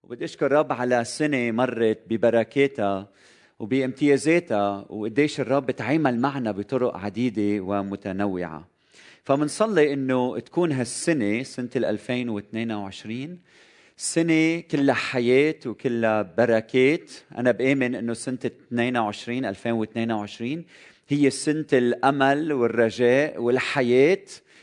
وبدي أشكر الرب على سنة مرت ببركاتها وبامتيازاتها، وقديش الرب تعامل معنا بطرق عديدة ومتنوعة. فمنصلي إنه تكون هالسنة سنة 2022 سنة كلها حياة وكلها بركات. أنا بآمن إنه سنة 2022 هي سنة الأمل والرجاء والحياة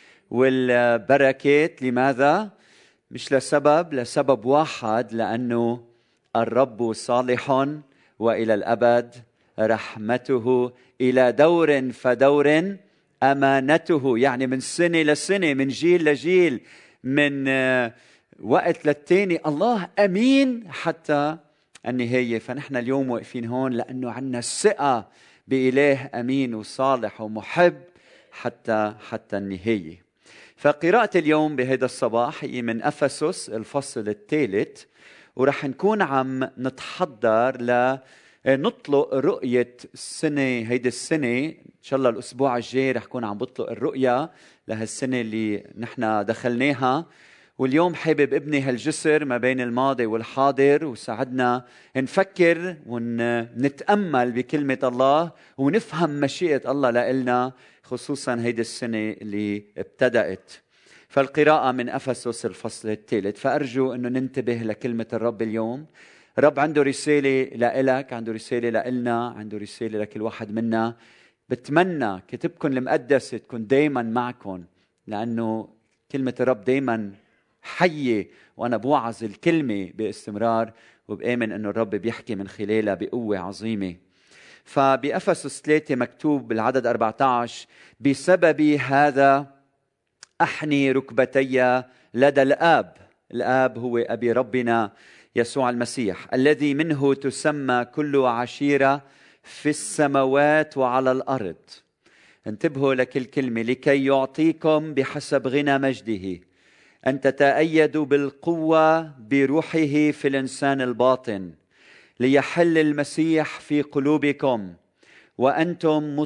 والبركات. لماذا؟ مش لسبب واحد، لأنه الرب صالح وإلى الأبد رحمته، إلى دور فدور أمانته. يعني من سنة لسنة، من جيل لجيل، من وقت للتاني الله أمين حتى النهاية. فنحن اليوم واقفين هون لأنه عنا الثقة بإله أمين وصالح ومحب حتى النهاية. فقراءة اليوم بهذا الصباح هي من أفسس الفصل 3، ورح نكون عم نتحضر لنطلق رؤية السنة. هيدي السنة إن شاء الله الأسبوع الجاي رح نكون عم بطلق الرؤية لهالسنة اللي نحن دخلناها. واليوم حابب ابني هالجسر ما بين الماضي والحاضر، وساعدنا نفكر ونتأمل بكلمة الله ونفهم مشيئة الله لإلنا، خصوصا هيدي السنة اللي ابتدأت. فالقراءة من أفسس الفصل 3. فأرجو أنه ننتبه لكلمة الرب اليوم. الرب عنده رسالة لإلك، عنده رسالة لإلنا، عنده رسالة لكل واحد منا. بتمنى كتبكم المقدسة تكون دايما معكم، لأنه كلمة الرب دايما حية، وأنا بوعظ الكلمة باستمرار، وبآمن أنه الرب بيحكي من خلالها بقوة عظيمة. فبأفسس 3 مكتوب بالعدد 14: بسبب هذا أحني ركبتي لدى الآب. الآب هو أبي ربنا يسوع المسيح، الذي منه تسمى كل عشيرة في السماوات وعلى الأرض. انتبهوا لكل كلمة: لكي يعطيكم بحسب غنى مجده أن تتأيدوا بالقوة بروحه في الإنسان الباطن، ليحل المسيح في قلوبكم وأنتم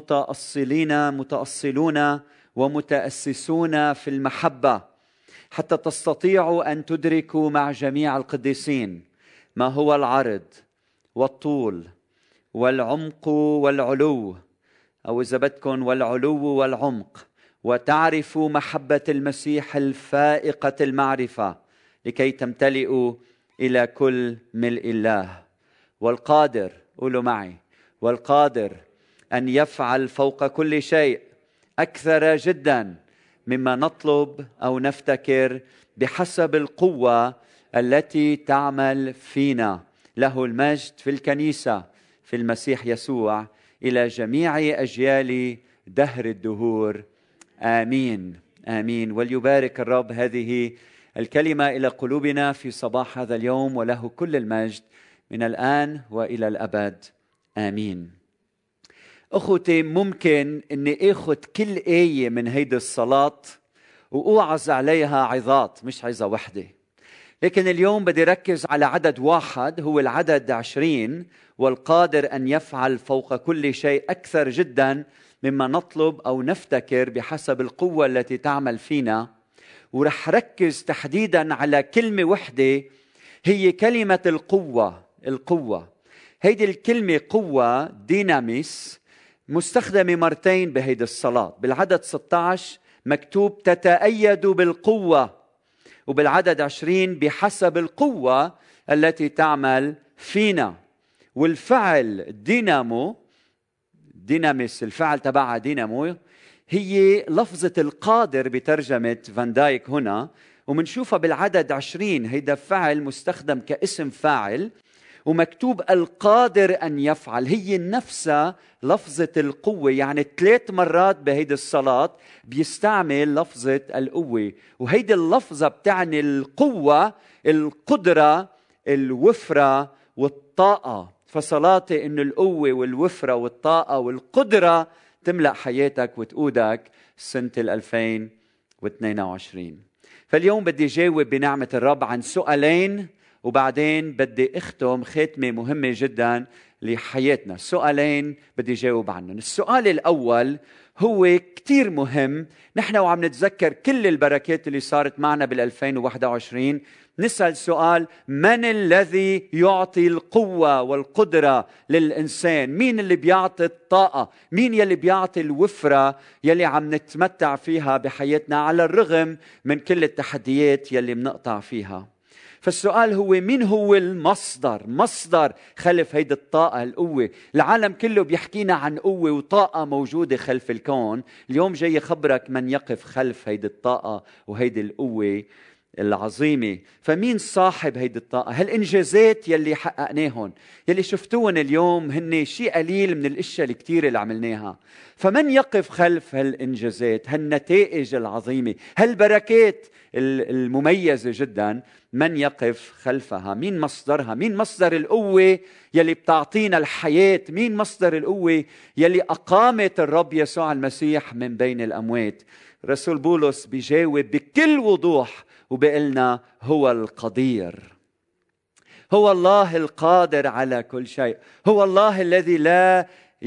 متأصلون ومتأسسون في المحبة، حتى تستطيعوا أن تدركوا مع جميع القديسين ما هو العرض والطول والعمق والعلو، أو إذا بدكم والعلو والعمق، وتعرفوا محبة المسيح الفائقة المعرفة، لكي تمتلئوا إلى كل ملء الله. والقادر، قولوا معي، والقادر أن يفعل فوق كل شيء أكثر جدا مما نطلب أو نفتكر، بحسب القوة التي تعمل فينا. له المجد في الكنيسة في المسيح يسوع إلى جميع أجيال دهر الدهور. آمين آمين. وليبارك الرب هذه الكلمة إلى قلوبنا في صباح هذا اليوم، وله كل المجد من الآن وإلى الأبد. آمين. أخوتي، ممكن أني أخذ كل آية من هيدي الصلاة وأوعظ عليها عظات، مش عظة وحدة، لكن اليوم بدي ركز على عدد واحد، هو العدد 20: والقادر أن يفعل فوق كل شيء أكثر جدا مما نطلب أو نفتكر بحسب القوة التي تعمل فينا. ورح ركز تحديدا على كلمة وحدة، هي كلمة القوة. هيدي الكلمة قوة، ديناميس، مستخدمة مرتين بهيدي الصلاة. بالعدد 16 مكتوب تتأيد بالقوة، وبالعدد 20 بحسب القوة التي تعمل فينا. والفعل ديناميس، الفعل تبعها دينامو، هي لفظة القادر بترجمة فان دايك هنا، ومنشوفها بالعدد 20. هيدا فعل مستخدم كاسم فاعل، ومكتوب القادر أن يفعل. هي نفسها لفظة القوة، يعني 3 مرات بهيدي الصلاة بيستعمل لفظة القوة. وهيدي اللفظة بتعني القوة، القدرة، الوفرة والطاقة. فصلاتي إنه القوة والوفرة والطاقة والقدرة تملأ حياتك وتقودك سنة 2022. فاليوم بدي جاوب بنعمة الرب عن سؤالين، وبعدين بدي اختم ختمة مهمة جدا لحياتنا. سؤالين بدي جاوب عنهم. السؤال الأول هو كتير مهم. نحن وعم نتذكر كل البركات اللي صارت معنا بال2021، نسأل سؤال: من الذي يعطي القوة والقدرة للإنسان؟ مين اللي بيعطي الطاقة؟ مين يلي بيعطي الوفرة يلي عم نتمتع فيها بحياتنا على الرغم من كل التحديات يلي بنقطع فيها؟ فالسؤال هو: مين هو مصدر خلف هيدي الطاقة، القوة؟ العالم كله بيحكينا عن قوة وطاقة موجودة خلف الكون. اليوم جاي خبرك من يقف خلف هيدي الطاقة وهيدي القوة العظيمة. فمين صاحب هيدي الطاقة؟ هالإنجازات يلي حققناهن، يلي شفتوهن اليوم، هن شيء قليل من الاشياء الكتيرة اللي عملناها. فمن يقف خلف هالإنجازات، هالنتائج العظيمة، هالبركات المميزة جدا؟ من يقف خلفها؟ مين مصدرها؟ مين مصدر القوة يلي بتعطينا الحياة؟ مين مصدر القوة يلي أقامت الرب يسوع المسيح من بين الأموات؟ رسول بولس بيجاوب بكل وضوح وبيقلنا: هو القدير، هو الله القادر على كل شيء، هو الله الذي لا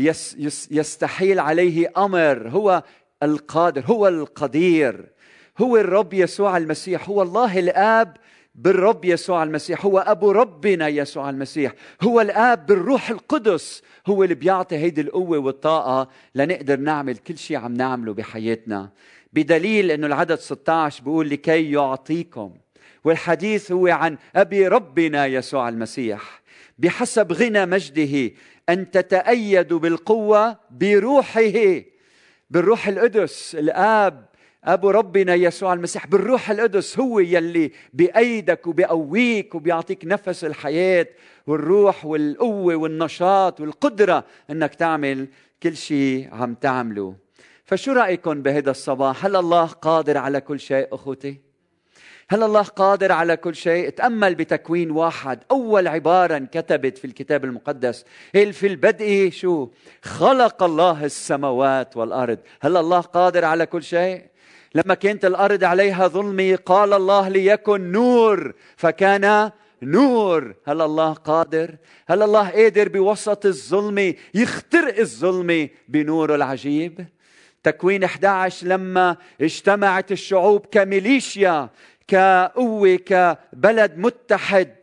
يستحيل عليه أمر، هو القادر، هو القدير، هو الرب يسوع المسيح، هو الله الآب بالرب يسوع المسيح، هو أبو ربنا يسوع المسيح، هو الآب بالروح القدس، هو اللي بيعطي هيدي القوة والطاقة لنقدر نعمل كل شيء عم نعمله بحياتنا. بدليل أنه العدد 16 بيقول: لكي يعطيكم. والحديث هو عن أبي ربنا يسوع المسيح بحسب غنى مجده أن تتأيدوا بالقوة بروحه، بالروح القدس. الآب أبو ربنا يسوع المسيح بالروح القدس هو يلي بأيدك وبيقويك وبيعطيك نفس الحياة والروح والقوة والنشاط والقدرة أنك تعمل كل شيء عم تعمله. فشو رأيكم بهذا الصباح؟ هل الله قادر على كل شيء أخوتي؟ هل الله قادر على كل شيء؟ تأمل بتكوين 1، أول عبارة انكتبت في الكتاب المقدس: في البدء شو؟ خلق الله السماوات والأرض. هل الله قادر على كل شيء؟ لما كانت الأرض عليها ظلمة قال الله: ليكن نور، فكان نور. هل الله قادر؟ هل الله قادر بوسط الظلمة يخترق الظلمة بنوره العجيب؟ تكوين 11 لما اجتمعت الشعوب كميليشيا، كقوة، كبلد متحد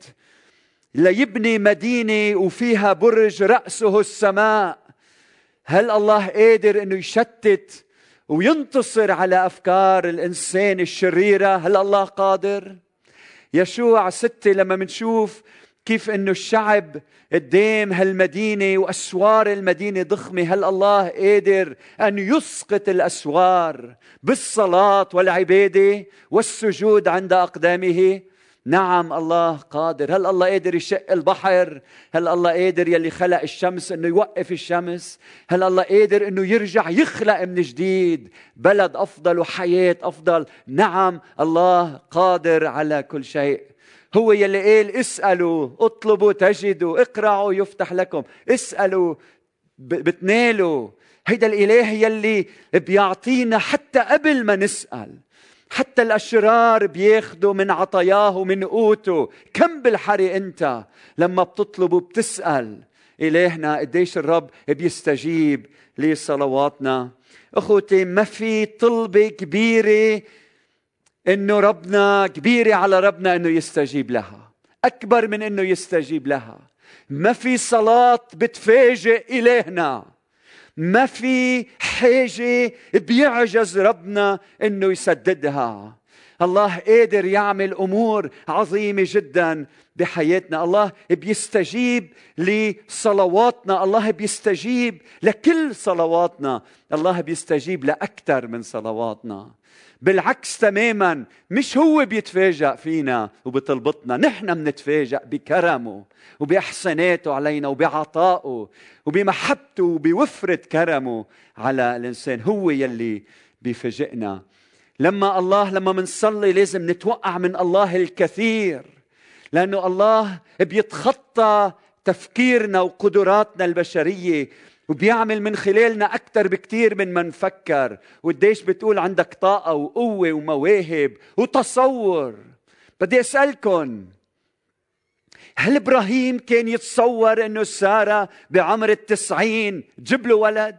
ليبني مدينة وفيها برج رأسه السماء، هل الله قادر أنه يشتت وينتصر على أفكار الإنسان الشريرة؟ هل الله قادر؟ يشوع 6 لما منشوف كيف أنه الشعب قدام هالمدينة وأسوار المدينة ضخمة، هل الله قادر أن يسقط الأسوار بالصلاة والعبادة والسجود عند أقدامه؟ نعم الله قادر. هل الله قادر يشق البحر؟ هل الله قادر يلي خلق الشمس أنه يوقف الشمس؟ هل الله قادر أنه يرجع يخلق من جديد بلد أفضل وحياة أفضل؟ نعم الله قادر على كل شيء. هو يلي قال: اسألوا اطلبوا تجدوا، اقرعوا يفتح لكم، اسألوا بتنالوا. هيدا الإله يلي بيعطينا حتى قبل ما نسأل. حتى الأشرار بياخدوا من عطاياه ومن قوته. كم بالحري أنت لما بتطلب وبتسأل. إلهنا قديش الرب بيستجيب لصلواتنا. أخوتي، ما في طلبة كبيرة إنه ربنا كبيرة على ربنا إنه يستجيب لها، أكبر من إنه يستجيب لها. ما في صلاة بتفاجئ إلهنا، ما في حاجة بيعجز ربنا إنه يسددها. الله قادر يعمل أمور عظيمة جدا بحياتنا. الله بيستجيب لصلواتنا، الله بيستجيب لكل صلواتنا، الله بيستجيب لأكثر من صلواتنا. بالعكس تماما، مش هو بيتفاجأ فينا وبطلبتنا، نحن منتفاجأ بكرمه وبإحساناته علينا وبعطائه وبمحبته وبوفرة كرمه على الإنسان. هو يلي بيفاجئنا. لما منصلي لازم نتوقع من الله الكثير، لأنه الله بيتخطى تفكيرنا وقدراتنا البشرية وبيعمل من خلالنا أكتر بكتير من ما نفكر. وقديش بتقول عندك طاقة وقوة ومواهب وتصور. بدي أسألكن، هل إبراهيم كان يتصور أنه سارة بعمر 90 تجيب له ولد؟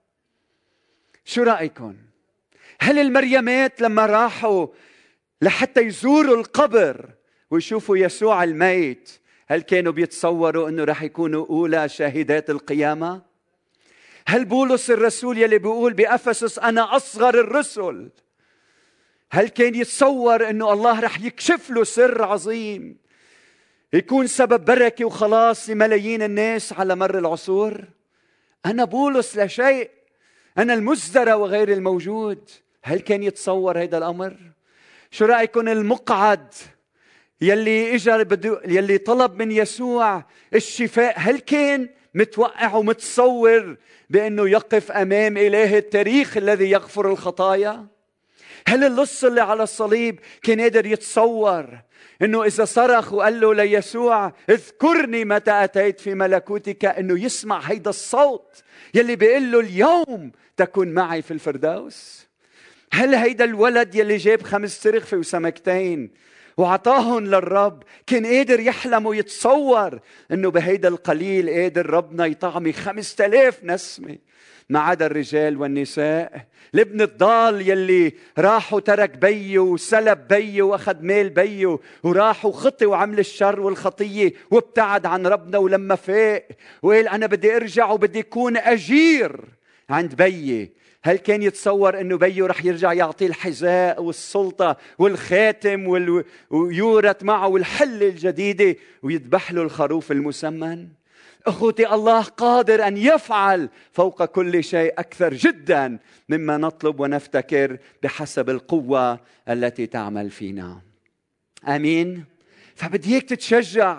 شو رأيكن؟ هل المريمات لما راحوا لحتى يزوروا القبر ويشوفوا يسوع الميت، هل كانوا بيتصوروا أنه رح يكونوا أولى شاهدات القيامة؟ هل بولس الرسول يلي بيقول بأفسس أنا أصغر الرسل، هل كان يتصور أنه الله رح يكشف له سر عظيم يكون سبب بركة وخلاص لملايين الناس على مر العصور؟ أنا بولس لا شيء، أنا المزدرى وغير الموجود. هل كان يتصور هذا الأمر؟ شو رأيكم المقعد يلي يلي طلب من يسوع الشفاء، هل كان متوقع ومتصور بأنه يقف أمام إله التاريخ الذي يغفر الخطايا؟ هل اللص اللي على الصليب كان قادر يتصور أنه إذا صرخ وقال له ليسوع اذكرني متى أتيت في ملكوتك، أنه يسمع هيدا الصوت يلي بيقول له اليوم تكون معي في الفردوس؟ هل هيدا الولد يلي جاب 5 ترغفة وسمكتين وعطاهم للرب كان قادر يحلم ويتصور أنه بهيدا القليل قادر ربنا يطعمي 5000 نسمة ما عدا الرجال والنساء؟ الابن الضال يلي راح وترك بيه وسلب بيه واخذ مال بيه وراح وخطي وعمل الشر والخطية وابتعد عن ربنا، ولما فاق وقال أنا بدي أرجع وبدي أكون أجير عند بيه، هل كان يتصور أنه بيه رح يرجع يعطيه الحذاء والسلطة والخاتم ويورث معه والحلة الجديدة ويذبح له الخروف المسمن؟ أخوتي، الله قادر أن يفعل فوق كل شيء أكثر جدا مما نطلب ونفتكر بحسب القوة التي تعمل فينا. آمين. فبدي اياك تتشجع.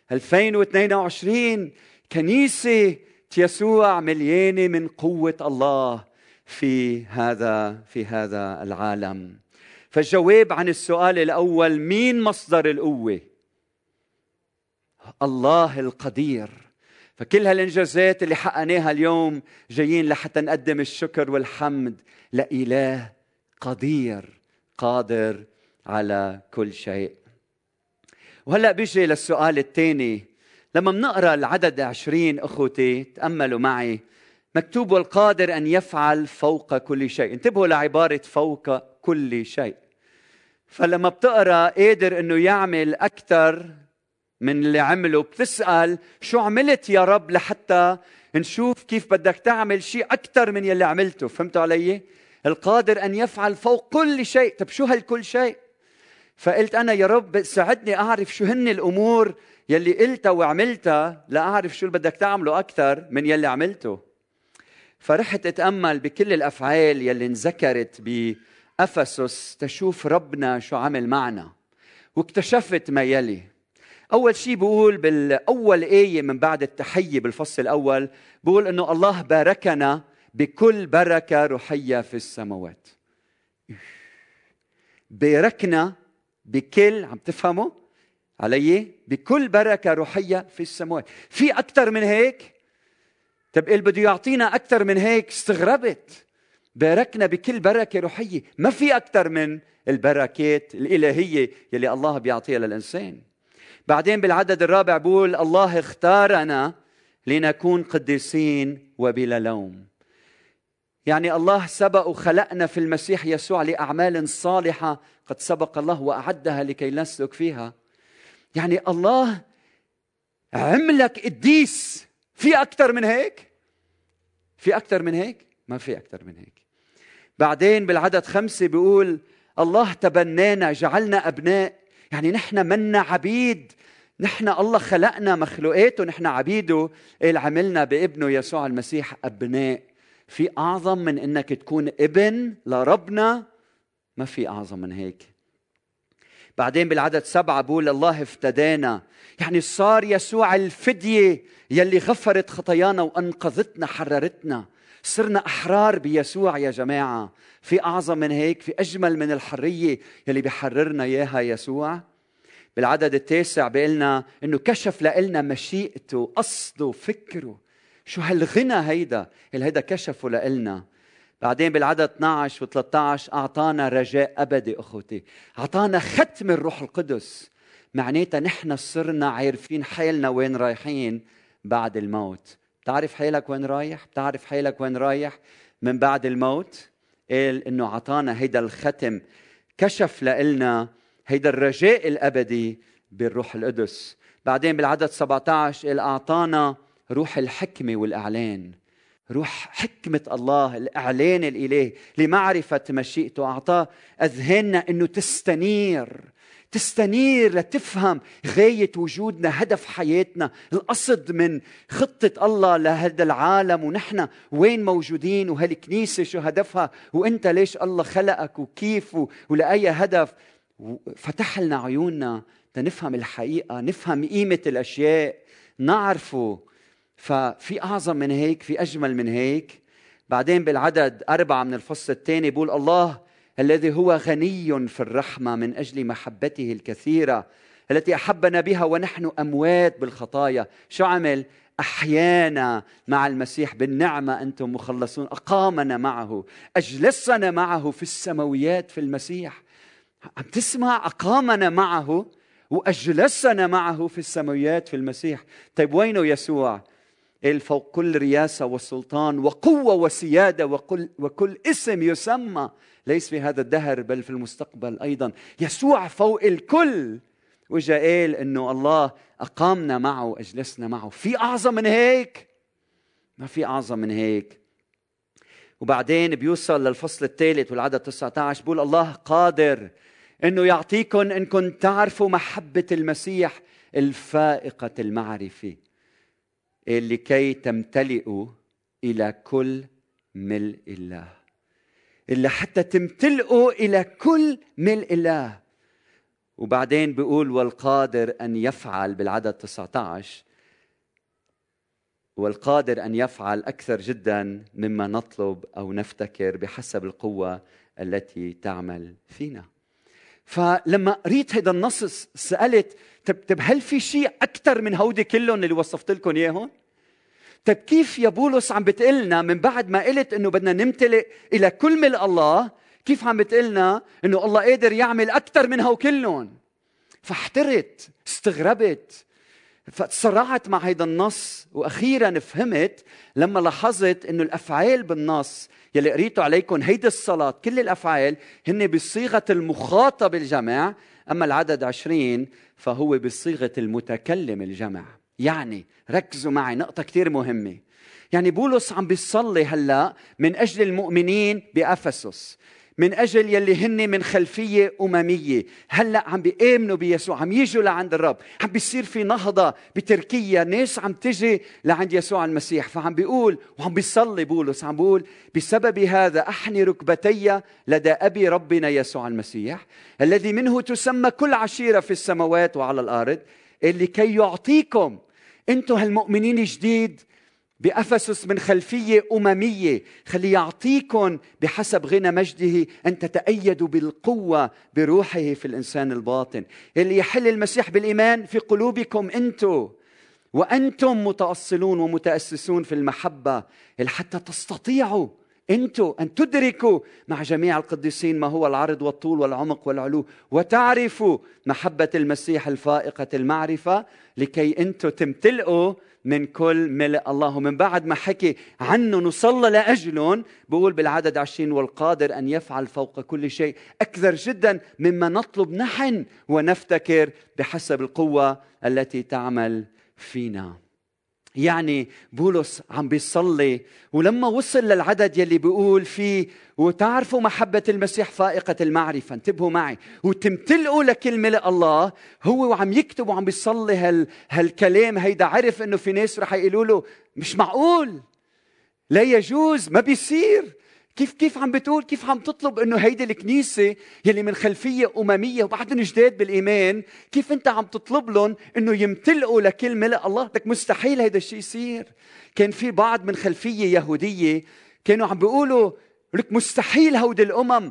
2022 كنيسة يسوع مليانة من قوة الله في هذا العالم. فالجواب عن السؤال الأول، مين مصدر القوة؟ الله القدير. فكل هالإنجازات اللي حققناها اليوم جايين لحتى نقدم الشكر والحمد لإله قدير قادر على كل شيء. وهلأ بيجي للسؤال الثاني. لما بنقرأ العدد 20 أخوتي تأملوا معي، مكتوب والقادر أن يفعل فوق كل شيء. انتبهوا لعبارة فوق كل شيء. فلما بتقرأ قادر أنه يعمل أكثر من اللي عمله، بتسأل شو عملت يا رب لحتى نشوف كيف بدك تعمل شيء أكثر من يلي عملته. فهمتوا علي؟ القادر أن يفعل فوق كل شيء. طب شو هالكل شيء؟ فقلت أنا يا رب ساعدني أعرف شو هن الأمور يلي قلتها وعملتها لأعرف شو اللي بدك تعمله أكثر من يلي عملته. فرحت أتأمل بكل الأفعال يلي انذكرت بأفسس تشوف ربنا شو عمل معنا، واكتشفت ما يلي. أول شيء بقول بالأول آية من بعد التحية بالفصل الأول، بقول إنه الله باركنا بكل بركة روحية في السماوات. باركنا بكل، عم تفهموا علي؟ بكل بركة روحية في السماوات. في أكثر من هيك؟ طب اللي بده يعطينا أكثر من هيك استغربت. باركنا بكل بركة روحية، ما في أكثر من البركات الإلهية يلي الله بيعطيها للإنسان. بعدين بالعدد الرابع بقول الله اختارنا لنكون قديسين وبلا لوم. يعني الله سبق وخلقنا في المسيح يسوع لأعمال صالحة قد سبق الله وأعدها لكي نسلك فيها. يعني الله عملك قديس. في أكثر من هيك؟ في أكثر من هيك؟ ما في أكثر من هيك. بعدين بالعدد 5 بيقول الله تبنانا جعلنا أبناء. يعني نحن منا عبيد، نحن الله خلقنا مخلوقاته، نحن عبيده. قال عملنا بابنه يسوع المسيح أبناء. في أعظم من أنك تكون ابن لربنا؟ ما في أعظم من هيك. بعدين بالعدد 7 بقول الله افتدانا. يعني صار يسوع الفدية يلي غفرت خطايانا وأنقذتنا حررتنا. صرنا أحرار بيسوع يا جماعة. في أعظم من هيك؟ في أجمل من الحرية يلي بيحررنا إياها يسوع؟ بالعدد 9 بيقلنا إنه كشف لنا مشيئته قصده فكره. شو هالغنى هيدا كشفه لنا. بعدين بالعدد 12 و13 أعطانا رجاء أبدي. أخوتي، أعطانا ختم الروح القدس. معناتها نحن صرنا عارفين حالنا وين رايحين بعد الموت. بتعرف حالك وين رايح؟ بتعرف حالك وين رايح من بعد الموت؟ قال إنه أعطانا هيدا الختم، كشف لنا هيدا الرجاء الأبدي بالروح القدس. بعدين بالعدد 17 أعطانا روح الحكمة والإعلان، روح حكمة الله، الإعلان الإلهي لمعرفة مشيئته. أعطاه أذهاننا أنه تستنير لتفهم غاية وجودنا، هدف حياتنا، القصد من خطة الله لهذا العالم، ونحن وين موجودين، وهالكنيسة شو هدفها، وإنت ليش الله خلقك وكيف ولأي هدف. فتح لنا عيوننا تنفهم الحقيقة، نفهم قيمة الأشياء، نعرفه. ففي أعظم من هيك، في أجمل من هيك. بعدين بالعدد 4 من الفصل الثاني بيقول الله الذي هو غني في الرحمة من أجل محبته الكثيرة التي أحبنا بها ونحن أموات بالخطايا. شو عمل؟ أحيانا مع المسيح بالنعمة أنتم مخلصون، أقامنا معه، أجلسنا معه في السماويات في المسيح. عم تسمع؟ أقامنا معه وأجلسنا معه في السماويات في المسيح. طيب وينه يسوع؟ فوق كل رياسة وسلطان وقوة وسيادة وكل اسم يسمى، ليس في هذا الدهر بل في المستقبل أيضا. يسوع فوق الكل. وجاء قال إنه الله أقامنا معه وأجلسنا معه. في أعظم من هيك؟ ما في أعظم من هيك. وبعدين بيوصل للفصل الثالث والعدد 19 بيقول الله قادر إنه يعطيكم إن كنتم تعرفوا محبة المسيح الفائقة المعرفة لكي تمتلئوا إلى كل ملء الله. إلا حتى تمتلئوا إلى كل ملء الله. وبعدين بيقول والقادر أن يفعل بالعدد 19 والقادر أن يفعل أكثر جدا مما نطلب أو نفتكر بحسب القوة التي تعمل فينا. فلما قريت هذا النص سألت طب هل في شيء أكثر من هودي كلهم اللي وصفت لكم إياهم؟ طب كيف يا بولس عم بتقلنا من بعد ما قلت إنه بدنا نمتلئ إلى كل ملء الله، كيف عم بتقلنا إنه الله قادر يعمل أكثر من هو كلهم؟ فاحترت، استغربت، فتصرعت مع هذا النص. وأخيرا فهمت لما لاحظت إنه الأفعال بالنص يلي قريته عليكم هيدي الصلاة كل الأفعال هن بصيغة المخاطب الجمع، أما العدد 20 فهو بصيغة المتكلم الجمع. يعني ركزوا معي نقطة كتير مهمة. يعني بولس عم بيصلي هلأ من أجل المؤمنين بأفسس، من أجل يلي هن من خلفية أممية هلأ عم بيآمنوا بيسوع، عم يجوا لعند الرب، عم بيصير في نهضة بتركيا، ناس عم تجي لعند يسوع المسيح. فعم بيقول وعم بيصلي بولس عم بيقول بسبب هذا أحني ركبتي لدى أبي ربنا يسوع المسيح الذي منه تسمى كل عشيرة في السماوات وعلى الأرض، اللي كي يعطيكم أنتم هالمؤمنين الجديد بأفسس من خلفية أممية، خلي يعطيكم بحسب غنى مجده أن تتأيدوا بالقوة بروحه في الإنسان الباطن، اللي يحل المسيح بالإيمان في قلوبكم أنتم وأنتم متأصلون ومتأسسون في المحبة، حتى تستطيعوا أنتم أن تدركوا مع جميع القديسين ما هو العرض والطول والعمق والعلو، وتعرفوا محبة المسيح الفائقة المعرفة لكي أنتم تمتلئوا من كل ملء الله. من بعد ما حكي عنه نصلى لأجلهم بقول بالعدد 20 والقادر أن يفعل فوق كل شيء أكثر جدا مما نطلب نحن ونفتكر بحسب القوة التي تعمل فينا. يعني بولس عم بيصلي ولما وصل للعدد يلي بيقول فيه وتعرفوا محبة المسيح فائقة المعرفة، انتبهوا معي، وتمتلئوا لكل ملء الله، هو وعم يكتب وعم بيصلي هالكلام هيدا عرف انه في ناس رح يقولوا له مش معقول، لا يجوز، ما بيصير، كيف عم بتقول، كيف عم تطلب انه هيدي الكنيسة يلي من خلفية أممية وبعدهم جداد بالإيمان، كيف انت عم تطلب لهم انه يمتلئوا لكل ملء الله؟ بدك مستحيل هيدا الشيء يصير. كان في بعض من خلفية يهودية كانوا عم بيقولوا لك مستحيل هودي الأمم،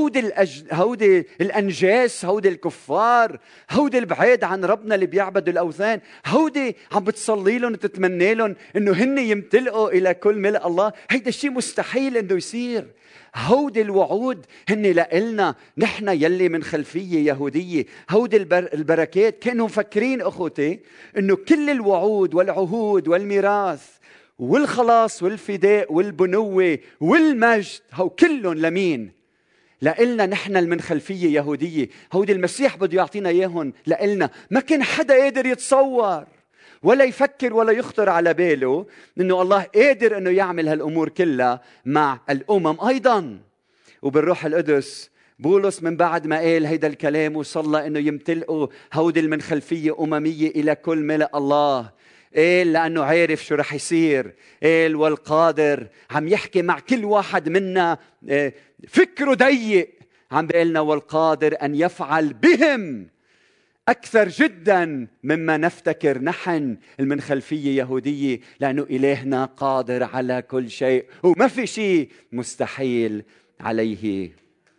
هودي الأنجاس، هودي الكفار، هودي البعيد عن ربنا اللي بيعبدوا الأوثان، هودي عم بتصلي لهم وتتمنى لهم إنه هن يمتلئوا إلى كل ملء الله، هيدا الشيء مستحيل إنه يصير. هودي الوعود هن لإلنا نحن يلي من خلفية يهودية، هودي البركات. كانوا مفكرين أخوتي إنه كل الوعود والعهود والميراث والخلاص والفداء والبنوة والمجد هو كلهم لمين؟ لإلنا نحن اللي من خلفية يهودية. هودي المسيح بده يعطينا إياهم لإلنا. ما كان حدا قادر يتصور ولا يفكر ولا يخطر على باله إنه الله قادر إنه يعمل هالأمور كلها مع الأمم أيضا. وبالروح القدس بولس من بعد ما قال هيدا الكلام وصلى إنه يمتلئوا هودي من خلفية أممية إلى كل ملء الله، قال لأنه عارف شو رح يصير، قال والقادر عم يحكي مع كل واحد منا فكره ضيق، عم بيقلنا والقادر أن يفعل بهم أكثر جدا مما نفتكر نحن من خلفية يهودية، لأنه إلهنا قادر على كل شيء وما في شيء مستحيل عليه.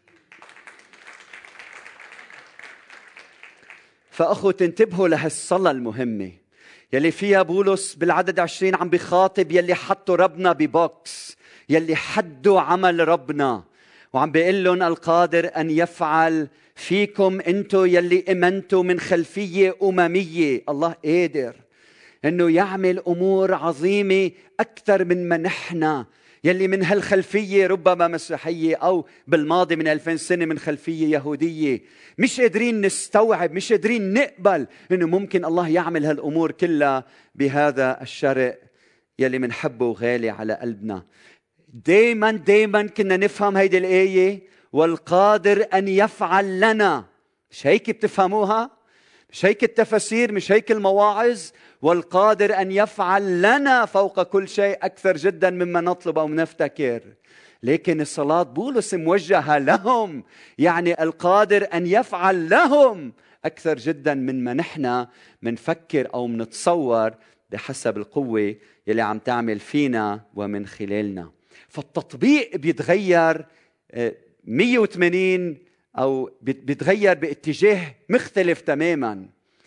فأخو تنتبهوا لهالصلاة المهمة يلي فيها بولس بالعدد 20 عم بيخاطب يلي حطوا ربنا ببوكس، يلي حدوا عمل ربنا، وعم بيقول لهم القادر أن يفعل فيكم أنتو يلي إمنتوا من خلفية أممية. الله قادر أنه يعمل أمور عظيمة أكثر من ما نحن يلي من هالخلفية ربما مسيحية أو بالماضي من 2000 سنة من خلفية يهودية، مش قادرين نستوعب، مش قادرين نقبل أنه ممكن الله يعمل هالأمور كلها بهذا الشرق يلي منحبه وغالي على قلبنا. دايما كنا نفهم هيدي الآية والقادر أن يفعل لنا. مش هيك بتفهموها؟ مش هيك التفسير؟ مش هيك المواعظ؟ والقادر أن يفعل لنا فوق كل شيء أكثر جدا مما نطلب أو نفتكر. لكن الصلاة بولس موجهة لهم، يعني القادر أن يفعل لهم أكثر جدا مما نحن منفكر أو منتصور بحسب القوة يلي عم تعمل فينا ومن خلالنا. فالتطبيق بيتغير 180 أو بيتغير باتجاه مختلف تماما.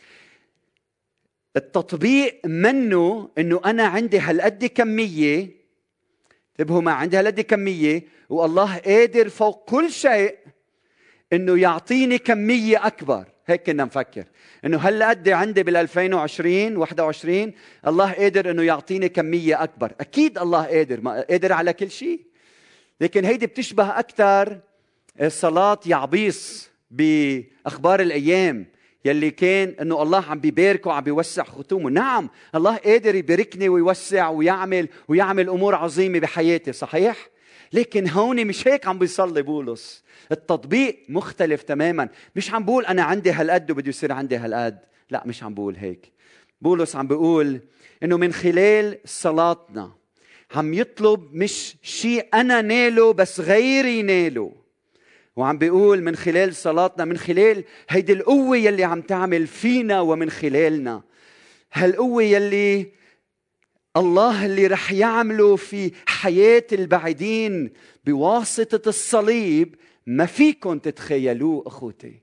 التطبيق منه أنه أنا عندي هالقد كمية، انتبهوا ما عندي هالقد كمية والله قادر فوق كل شيء أنه يعطيني كمية أكبر. هيك كنا نفكر أنه هالقد عندي بال2020 21 الله قادر أنه يعطيني كمية أكبر. أكيد الله قادر، ما قادر على كل شيء، لكن هيدي بتشبه أكثر صلاة يعبيص بأخبار الأيام يلي كان أنه الله عم بيباركه وعم بيوسع ختومه. نعم الله قادر يباركني ويوسع ويعمل أمور عظيمة بحياتي، صحيح، لكن هون مش هيك عم بيصلي بولس. التطبيق مختلف تماما. مش عم بقول أنا عندي هالقد وبده يصير عندي هالقد، لا مش عم بقول هيك. بولس عم بيقول أنه من خلال صلاتنا عم يطلب مش شيء أنا ناله بس غيري ناله، وعم بيقول من خلال صلاتنا، من خلال هيدي القوة يلي عم تعمل فينا ومن خلالنا، هالقوة يلي الله اللي رح يعمله في حياة البعيدين بواسطة الصليب ما فيكن تتخيلوه. أخوتي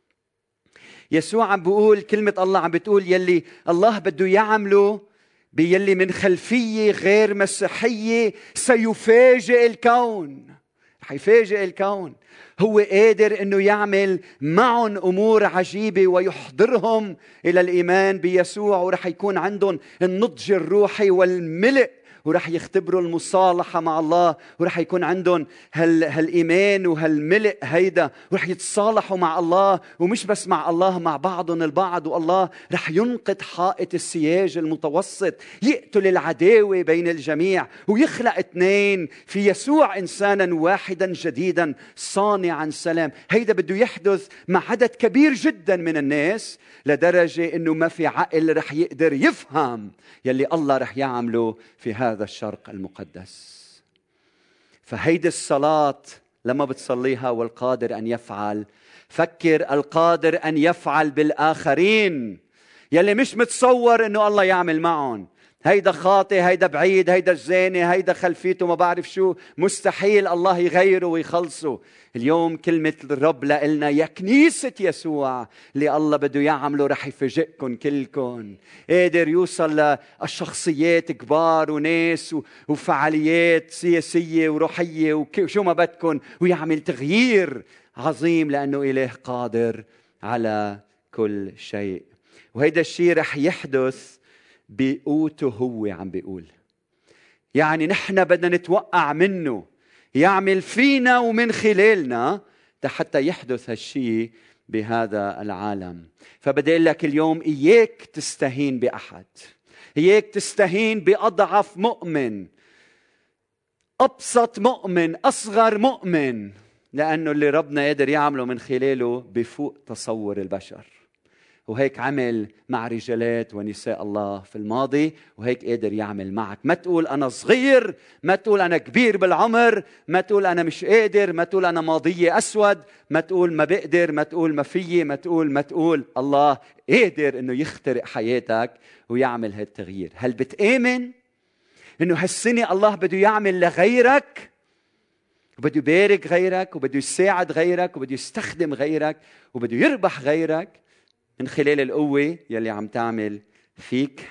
يسوع عم بيقول كلمة الله عم بتقول يلي الله بده يعمله بيلي من خلفية غير مسيحية سيفاجئ الكون، رح يفاجئ الكون. هو قادر أنه يعمل معهم أمور عجيبة ويحضرهم إلى الإيمان بيسوع، ورح يكون عندهم النضج الروحي والملء، ورح يختبروا المصالحة مع الله، ورح يكون عندهم هالإيمان وهالملء هيدا، ورح يتصالحوا مع الله، ومش بس مع الله، مع بعضهم البعض. والله رح ينقض حائط السياج المتوسط، يقتل العداوة بين الجميع، ويخلق اثنين في يسوع إنسانا واحدا جديدا صانعا سلام. هيدا بده يحدث مع عدد كبير جدا من الناس، لدرجة أنه ما في عقل رح يقدر يفهم يلي الله رح يعمله في هذا الشرق المقدس. فهيدي الصلاة لما بتصليها والقادر أن يفعل، فكر القادر أن يفعل بالآخرين يلي مش متصور أنه الله يعمل معهم. هيدا خاطئ، هيدا بعيد، هيدا الزاني، هيدا خلفيته ما بعرف شو، مستحيل الله يغيره ويخلصه. اليوم كلمة الرب لنا يا كنيسة يسوع اللي الله بده يعمله رح يفاجئكم كلكم. قادر يوصل للشخصيات كبار وناس وفعاليات سياسية وروحية وشو ما بدكم، ويعمل تغيير عظيم لأنه إله قادر على كل شيء. وهيدا الشيء رح يحدث بقوته هو. عم بيقول يعني نحن بدنا نتوقع منه يعمل فينا ومن خلالنا حتى يحدث هالشيء بهذا العالم. فبدي أقول لك اليوم إياك تستهين بأحد، إياك تستهين بأضعف مؤمن، أبسط مؤمن، أصغر مؤمن، لأنه اللي ربنا قادر يعمله من خلاله بفوق تصور البشر. وهيك عمل مع رجالات ونساء الله في الماضي، وهيك قادر يعمل معك. ما تقول أنا صغير، ما تقول أنا كبير بالعمر، ما تقول أنا مش قادر، ما تقول أنا ماضيي أسود، ما تقول ما بقدر، ما تقول ما فيي، ما تقول الله قادر إنه يخترق حياتك ويعمل هالتغيير. هل بتآمن إنه هالسنة الله بده يعمل لغيرك، وبده يبارك غيرك، وبده يساعد غيرك، وبده يستخدم غيرك، وبده يربح غيرك من خلال القوة يلي عم تعمل فيك؟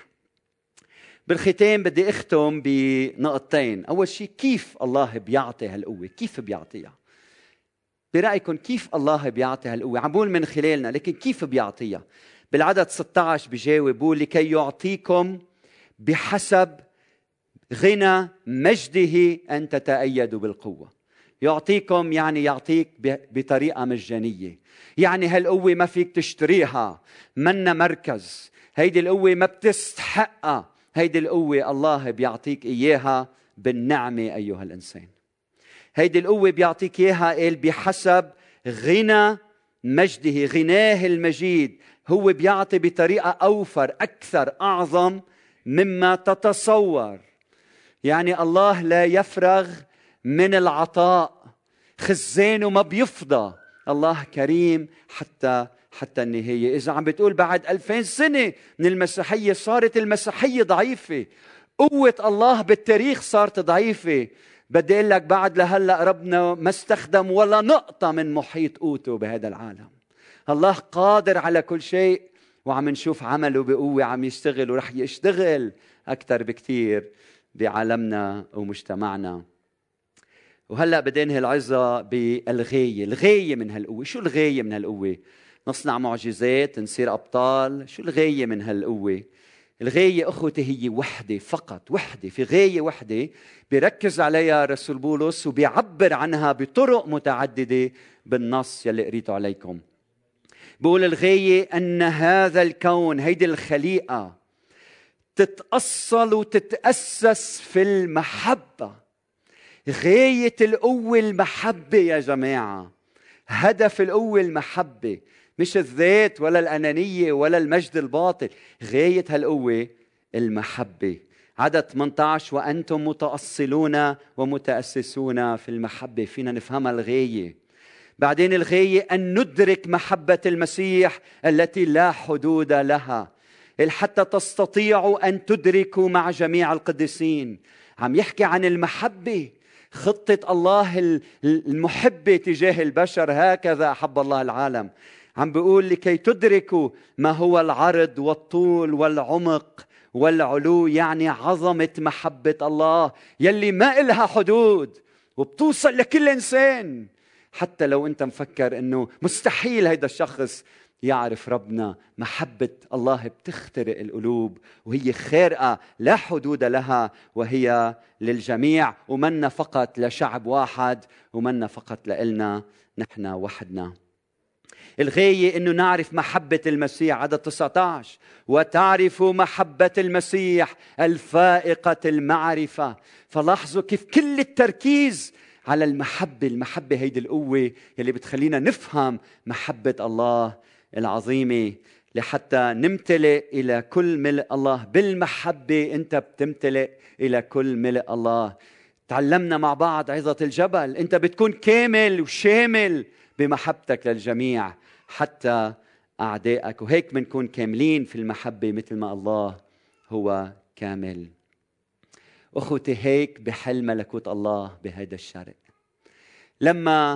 بالختام بدي أختم بنقطتين. أول شيء، كيف الله بيعطي هالقوة؟ كيف بيعطيها؟ برأيكم كيف الله بيعطي هالقوة؟ عم بقول من خلالنا، لكن كيف بيعطيها؟ بالعدد 16 بيجاوب بقول لكي يعطيكم بحسب غنى مجده أن تتأيدوا بالقوة. يعطيكم يعني يعطيك بطريقة مجانية. يعني هالقوة ما فيك تشتريها، منا مركز، هيدي القوة ما بتستحقها، هيدي القوة الله بيعطيك إياها بالنعمة أيها الإنسان. هيدي القوة بيعطيك إياها قال بحسب غنى مجده، غناه المجيد. هو بيعطي بطريقة أوفر، أكثر، أعظم مما تتصور. يعني الله لا يفرغ من العطاء، خزانه ما بيفضى. الله كريم حتى النهاية. إذا عم بتقول بعد 2000 سنة من المسيحية صارت المسيحية ضعيفة، قوة الله بالتاريخ صارت ضعيفة، بدي أقول لك بعد لهلأ ربنا ما استخدم ولا نقطة من محيط قوته بهذا العالم. الله قادر على كل شيء، وعم نشوف عمله بقوة عم يشتغل، ورح يشتغل أكثر بكتير بعالمنا ومجتمعنا. وهلأ بدي انهي العظة بالغاية. الغاية من هالقوة. شو الغاية من هالقوة؟ نصنع معجزات، نصير أبطال؟ شو الغاية من هالقوة؟ الغاية أخوتي هي وحدة فقط، وحدة، في غاية وحدة بيركز عليها رسول بولس وبيعبر عنها بطرق متعددة بالنص يلي قريته عليكم. بقول الغاية أن هذا الكون، هيدي الخليقة، تتأصل وتتأسس في المحبة. غاية القوة المحبة يا جماعة. هدف القوة المحبة، مش الذات ولا الأنانية ولا المجد الباطل. غاية هالقوة المحبة. عدد 18 وأنتم متأصلون ومتأسسون في المحبة. فينا نفهمها الغاية. بعدين الغاية أن ندرك محبة المسيح التي لا حدود لها، حتى تستطيعوا أن تدركوا مع جميع القديسين. عم يحكي عن المحبة، خطة الله المحبة تجاه البشر. هكذا أحب الله العالم. عم بيقول لكي تدركوا ما هو العرض والطول والعمق والعلو، يعني عظمة محبة الله يلي ما إلها حدود وبتوصل لكل إنسان. حتى لو أنت مفكر أنه مستحيل هيدا الشخص يعرف ربنا، محبة الله بتخترق القلوب، وهي خارقة لا حدود لها، وهي للجميع، ومنا فقط لشعب واحد، ومنا فقط لإلنا نحن وحدنا. الغاية أنه نعرف محبة المسيح. عدد 19 وتعرفوا محبة المسيح الفائقة المعرفة. فلاحظوا كيف كل التركيز على المحبة. المحبة هيدي القوة يلي بتخلينا نفهم محبة الله العظيمة، لحتى نمتلئ إلى كل ملء الله. بالمحبة أنت بتمتلئ إلى كل ملء الله. تعلمنا مع بعض عظة الجبل، أنت بتكون كامل وشامل بمحبتك للجميع حتى أعدائك. وهيك بنكون كاملين في المحبة مثل ما الله هو كامل. أخوتي هيك بحل ملكوت الله بهذا الشرق. لما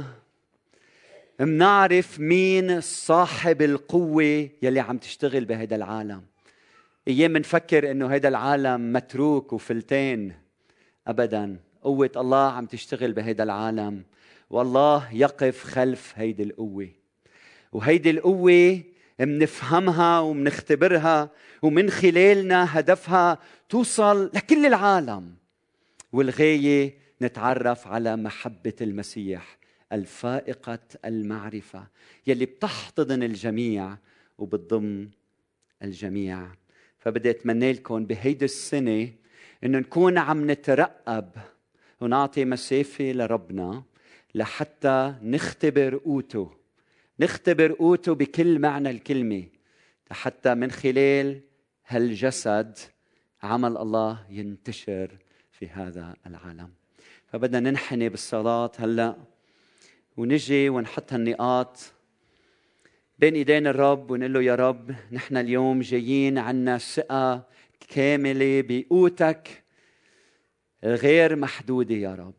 منعرف مين صاحب القوة يلي عم تشتغل بهذا العالم. أيام منفكر إنه هذا العالم متروك وفلتين. أبداً، قوة الله عم تشتغل بهذا العالم، والله يقف خلف هيدي القوة. وهيدي القوة منفهمها ومنختبرها، ومن خلالنا هدفها توصل لكل العالم. والغاية نتعرف على محبة المسيح الفائقة المعرفة، يلي بتحتضن الجميع وبتضم الجميع. فبدي أتمنى لكم بهيدي السنة إنه نكون عم نترقب ونعطي مسافة لربنا لحتى نختبر قوته، نختبر قوته بكل معنى الكلمة، حتى من خلال هالجسد عمل الله ينتشر في هذا العالم. فبدنا ننحني بالصلاة هلأ ونجي ونحط هالنقاط بين إيدين الرب ونقول له: يا رب، نحن اليوم جايين عنا ثقة كاملة بقوتك غير محدودة يا رب.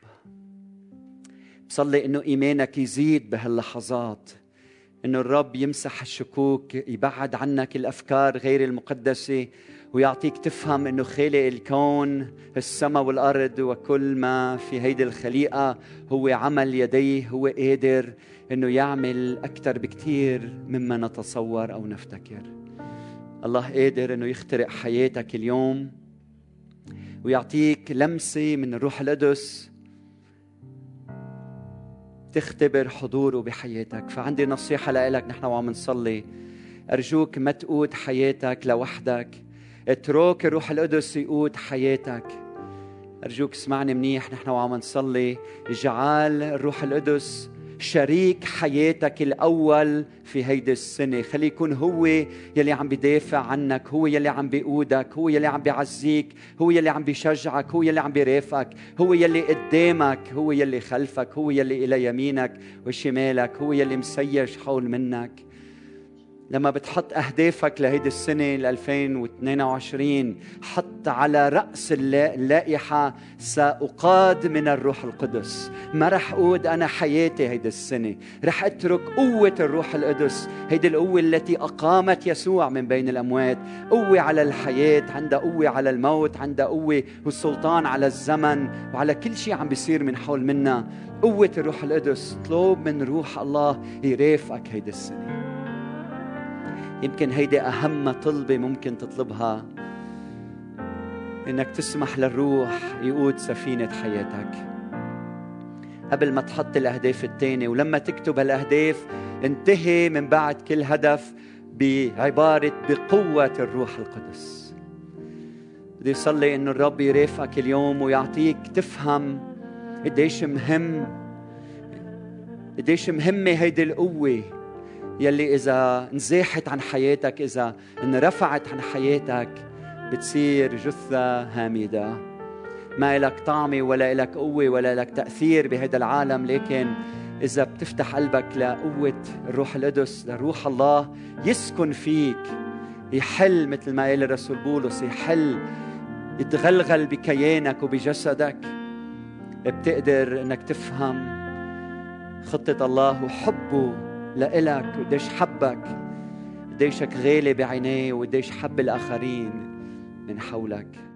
بصلي إنه إيمانك يزيد بهاللحظات، إنه الرب يمسح الشكوك، يبعد عنك الأفكار غير المقدسة، ويعطيك تفهم إنه خالق الكون السماء والأرض وكل ما في هيدي الخليقة هو عمل يديه، هو قادر إنه يعمل أكثر بكتير مما نتصور أو نفتكر. الله قادر إنه يخترق حياتك اليوم ويعطيك لمسة من الروح القدس تختبر حضوره بحياتك. فعندي نصيحة لك، نحن وعم نصلي، أرجوك ما تقود حياتك لوحدك، اترك الروح القدس يقود حياتك. أرجوك اسمعني منيح، نحن وعم نصلي، اجعل الروح القدس شريك حياتك الأول في هيدي السنة. خلي يكون هو يلي عم بيدافع عنك، هو يلي عم بيقودك، هو يلي عم بيعزيك، هو يلي عم بيشجعك، هو يلي عم بيرافقك، هو يلي قدامك، هو يلي خلفك، هو يلي إلى يمينك وشمالك، هو يلي مسيج حول منك. لما بتحط أهدافك لهيدي السنة 2022 حط على رأس اللائحة: سأقاد من الروح القدس. ما رح أقود أنا حياتي هيدي السنة، رح أترك قوة الروح القدس، هيدي القوة التي أقامت يسوع من بين الأموات، قوة على الحياة، عندها قوة على الموت، عندها قوة والسلطان على الزمن وعلى كل شيء عم بيصير من حول منا. قوة الروح القدس. اطلب من روح الله يرافقك هيدي السنة. يمكن هيدي أهم طلبة ممكن تطلبها، إنك تسمح للروح يقود سفينة حياتك قبل ما تحط الأهداف التانية. ولما تكتب الأهداف انتهي من بعد كل هدف بعبارة بقوة الروح القدس. بدي أصلي إنه الرب يرافقك اليوم ويعطيك تفهم قديش مهمة هيدي القوة يلي إذا انزاحت عن حياتك، إذا انرفعت عن حياتك، بتصير جثة هامدة، ما إلك طعمة ولا إلك قوة ولا إلك تأثير بهذا العالم. لكن إذا بتفتح قلبك لقوة الروح القدس، لروح الله يسكن فيك، يحل مثل ما قال الرسول بولس، يحل يتغلغل بكيانك وبجسدك، بتقدر إنك تفهم خطة الله وحبه لإلك، وديش حبك، وديشك غالي بعينيه، وديش حب الآخرين من حولك.